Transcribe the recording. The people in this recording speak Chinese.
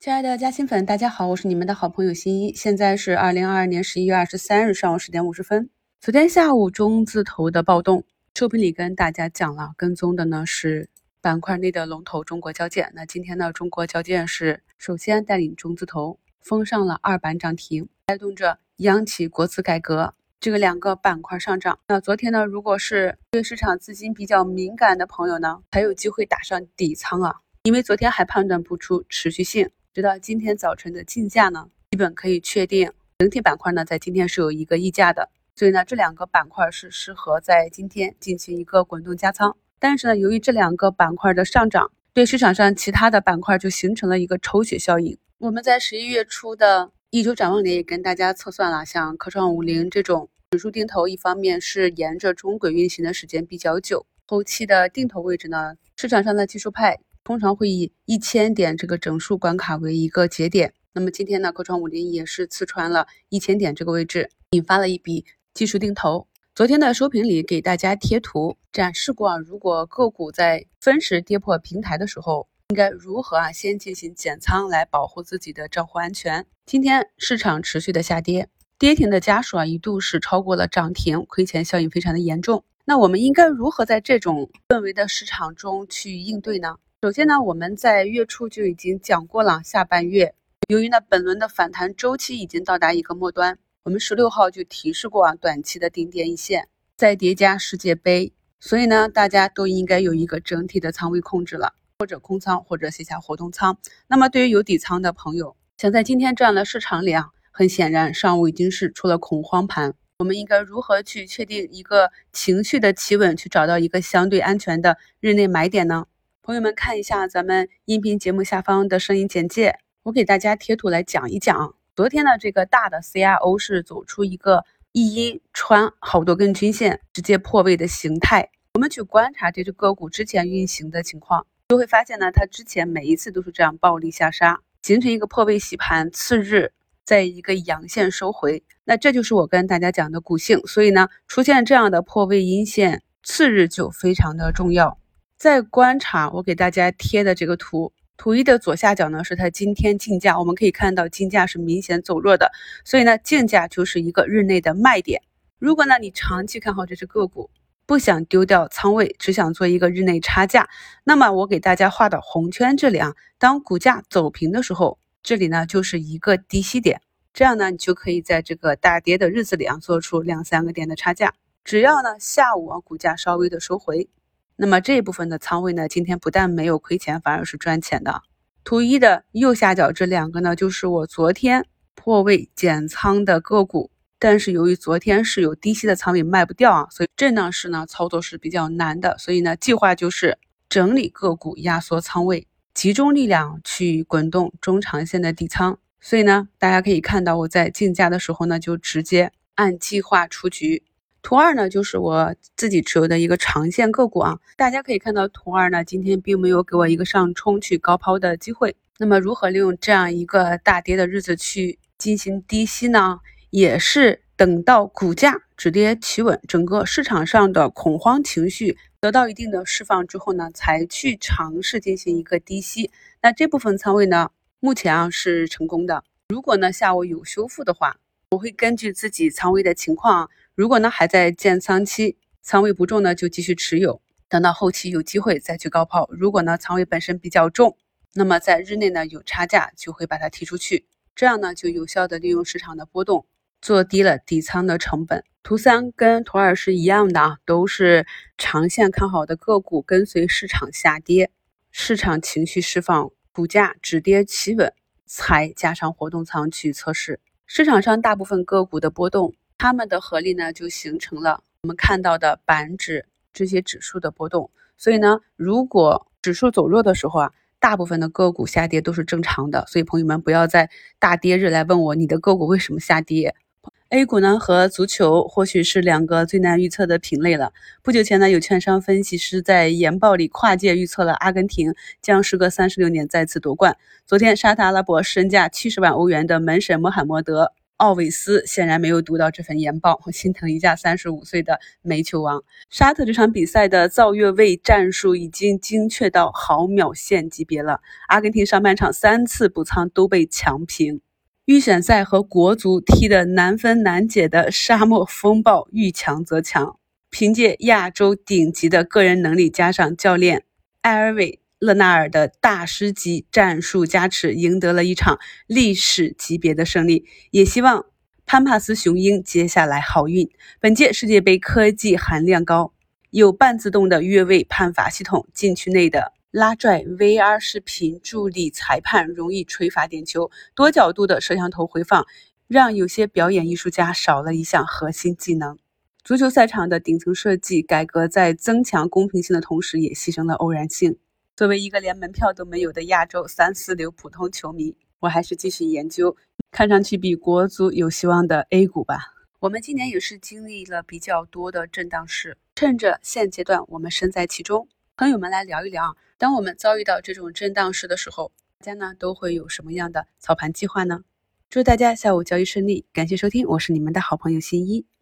亲爱的嘉兴粉，大家好，我是你们的好朋友新一。现在是2022年11月23日上午10点50分。昨天下午中字头的暴动，视频里跟大家讲了，跟踪的呢是板块内的龙头中国交建。那今天呢，中国交建是首先带领中字头封上了2板涨停，带动着央企国资改革这个2个板块上涨。那昨天呢，如果是对市场资金比较敏感的朋友呢，还有机会打上底仓啊，因为昨天还判断不出持续性。直到今天早晨的竞价呢，基本可以确定整体板块呢在今天是有一个溢价的，所以呢这2个板块是适合在今天进行一个滚动加仓。但是呢，由于这2个板块的上涨，对市场上其他的板块就形成了一个抽血效应。我们在11月初的一周展望里也跟大家测算了，像科创50这种指数定投，一方面是沿着中轨运行的时间比较久，后期的定投位置呢，市场上的技术派通常会以1000点这个整数关卡为一个节点。那么今天呢，科创50也是刺穿了1000点这个位置，引发了一笔技术定投。昨天的收评里给大家贴图展示过如果个股在分时跌破平台的时候，应该如何先进行减仓来保护自己的账户安全。今天市场持续的下跌，跌停的家数一度是超过了涨停，亏钱效应非常的严重。那我们应该如何在这种氛围的市场中去应对呢？首先呢，我们在月初就已经讲过了，下半月由于呢本轮的反弹周期已经到达一个末端，我们16号就提示过短期的顶点一线，再叠加世界杯，所以呢大家都应该有一个整体的仓位控制了，或者空仓或者写下活动仓。那么对于有底仓的朋友，想在今天这样的市场里很显然上午已经是出了恐慌盘，我们应该如何去确定一个情绪的企稳，去找到一个相对安全的日内买点呢？朋友们看一下咱们音频节目下方的声音简介，我给大家贴图来讲一讲。昨天的这个大的 CRO 是走出一个一阴穿好多根均线直接破位的形态。我们去观察这只个股之前运行的情况，就会发现呢，它之前每一次都是这样暴力下杀，形成一个破位洗盘，次日在一个阳线收回。那这就是我跟大家讲的股性，所以呢，出现这样的破位阴线，次日就非常的重要。再观察我给大家贴的这个图一的左下角呢是它今天竞价，我们可以看到竞价是明显走弱的，所以呢竞价就是一个日内的卖点。如果呢你长期看好这只个股，不想丢掉仓位，只想做一个日内差价，那么我给大家画的红圈这里当股价走平的时候，这里呢就是一个低吸点，这样呢你就可以在这个大跌的日子里做出2-3个点的差价。只要呢下午股价稍微的收回，那么这一部分的仓位呢，今天不但没有亏钱，反而是赚钱的。图1的右下角这2个呢，就是我昨天破位减仓的个股，但是由于昨天是有低吸的仓位卖不掉所以这呢是操作是比较难的。所以呢，计划就是整理个股，压缩仓位，集中力量去滚动中长线的底仓。所以呢，大家可以看到我在竞价的时候呢，就直接按计划出局。图2呢，就是我自己持有的一个长线个股大家可以看到图2呢，今天并没有给我一个上冲去高抛的机会。那么如何利用这样一个大跌的日子去进行低吸呢？也是等到股价止跌企稳，整个市场上的恐慌情绪得到一定的释放之后呢，才去尝试进行一个低吸。那这部分仓位呢，目前是成功的。如果呢下午有修复的话，我会根据自己仓位的情况如果呢还在建仓期，仓位不重呢就继续持有，等到后期有机会再去高抛。如果呢仓位本身比较重，那么在日内呢有差价就会把它踢出去，这样呢就有效的利用市场的波动，做低了底仓的成本。图3跟图2是一样的都是长线看好的个股，跟随市场下跌，市场情绪释放，股价止跌企稳，才加上活动仓去测试。市场上大部分个股的波动，它们的合力呢就形成了我们看到的板指这些指数的波动。所以呢，如果指数走弱的时候大部分的个股下跌都是正常的。所以朋友们不要在大跌日来问我你的个股为什么下跌。A 股呢和足球或许是2个最难预测的品类了。不久前呢，有券商分析师在研报里跨界预测了阿根廷将时隔36年再次夺冠。昨天沙特阿拉伯身价70万欧元的门神穆罕默德奥韦斯显然没有读到这份研报，心疼一下35岁的煤球王。沙特这场比赛的造越位战术已经精确到毫秒线级别了，阿根廷上半场3次补仓都被强平。预选赛和国足踢得难分难解的沙漠风暴遇强则强，凭借亚洲顶级的个人能力加上教练埃尔韦勒纳尔的大师级战术加持，赢得了一场历史级别的胜利。也希望潘帕斯雄鹰接下来好运。本届世界杯科技含量高，有半自动的越位判罚系统，禁区内的拉拽 VR 视频助力裁判容易吹罚点球，多角度的摄像头回放让有些表演艺术家少了一项核心技能。足球赛场的顶层设计改革在增强公平性的同时，也牺牲了偶然性。作为一个连门票都没有的亚洲3、4流普通球迷，我还是继续研究看上去比国足有希望的 A 股吧。我们今年也是经历了比较多的震荡市，趁着现阶段我们身在其中，朋友们来聊一聊，当我们遭遇到这种震荡市的时候，大家呢都会有什么样的操盘计划呢？祝大家下午交易顺利，感谢收听，我是你们的好朋友新一。